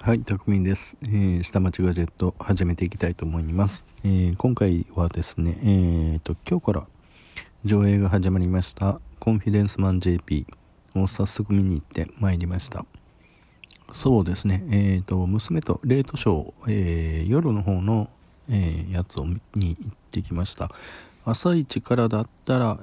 はい、たくみです。下町ガジェット始めていきたいと思います。今回はですね、今日から上映が始まりましたコンフィデンスマン JP を早速見に行ってまいりました。そうですね、娘とレートショー、夜の方の、やつを見に行ってきました。朝一からだったら、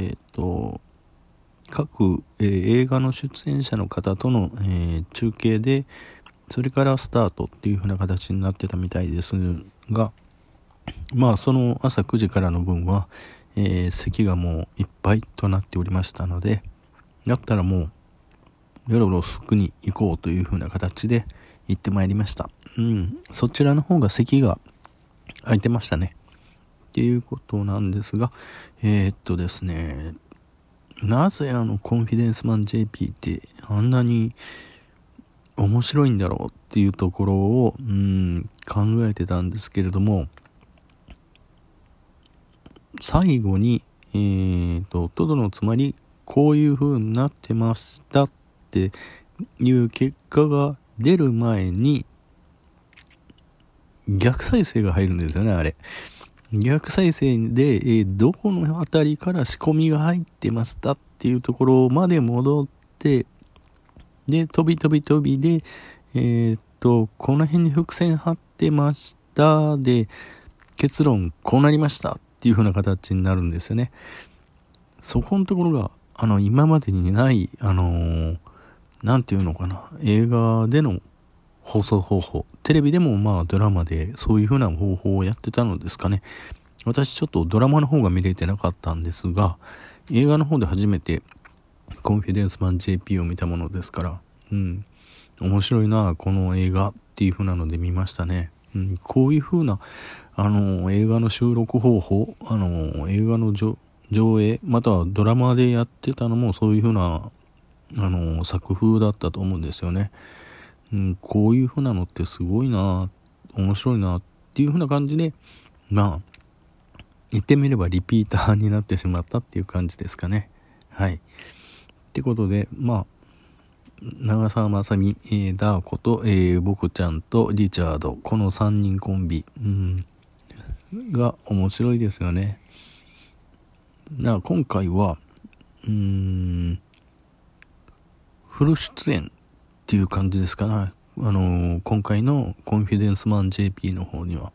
各、映画の出演者の方との、中継でそれからスタートっていう風な形になってたみたいですが、その朝9時からの分は、席がもういっぱいとなっておりましたので、だったらもう夜遅くに行こうという風な形で行ってまいりました。そちらの方が席が空いてましたねっていうことなんですが、ですね、なぜコンフィデンスマン JP ってあんなに面白いんだろうっていうところを考えてたんですけれども、最後にトドのつまりこういう風になってましたっていう結果が出る前に逆再生が入るんですよね。あれ逆再生で、どこのあたりから仕込みが入ってましたっていうところまで戻って、で飛びでこの辺に伏線張ってましたで結論こうなりましたっていう風な形になるんですよね。そこのところが今までにないなんていうのかな、映画での放送方法、テレビでもドラマでそういう風な方法をやってたのですかね。私ちょっとドラマの方が見れてなかったんですが、映画の方で初めてコンフィデンスマン JP を見たものですから、面白いなこの映画っていう風なので見ましたね。こういう風な映画の収録方法、映画の上映またはドラマでやってたのもそういう風な作風だったと思うんですよね。こういう風なのってすごいな、面白いなっていう風な感じで、言ってみればリピーターになってしまったっていう感じですかね。はい。ってことで、長澤まさみ、ダー子と、僕ちゃんとリチャード、この3人コンビ、が面白いですよね。今回はフル出演っていう感じですかね。今回のコンフィデンスマン JP の方には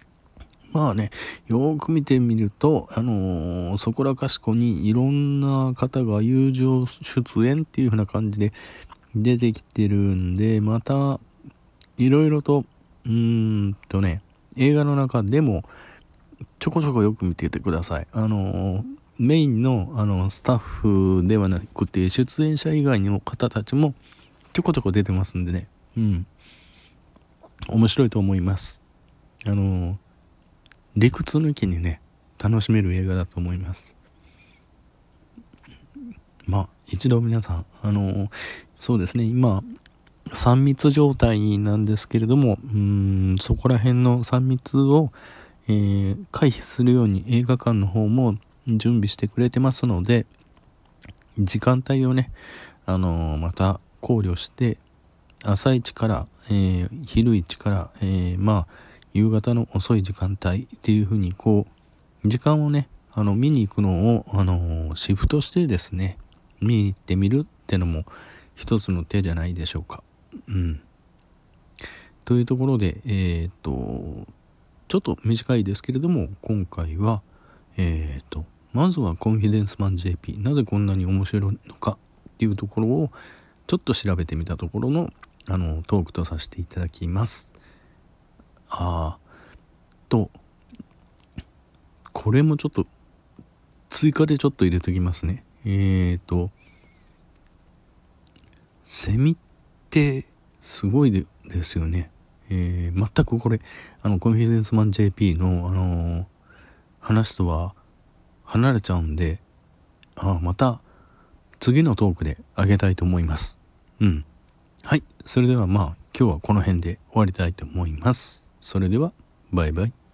よーく見てみるとそこらかしこにいろんな方が友情出演っていう風な感じで出てきてるんで、またいろいろと映画の中でもちょこちょこよく見ててください。メインのスタッフではなくて出演者以外の方たちもちょこちょこ出てますんでね、面白いと思います。理屈抜きにね楽しめる映画だと思います。一度皆さんそうですね、今3密状態なんですけれども、そこら辺の3密を、回避するように映画館の方も準備してくれてますので、時間帯をねまた考慮して朝一から、昼一から、夕方の遅い時間帯っていう風に時間をね見に行くのをシフトしてですね見に行ってみるってのも一つの手じゃないでしょうか。というところでちょっと短いですけれども、今回はまずはコンフィデンスマン JP なぜこんなに面白いのかっていうところをちょっと調べてみたところのトークとさせていただきます。これもちょっと追加でちょっと入れときますね。セミってすごいですよね。全くこれコンフィデンスマン JP の話とは離れちゃうんで、また次のトークであげたいと思います。はい、それでは今日はこの辺で終わりたいと思います。それではバイバイ。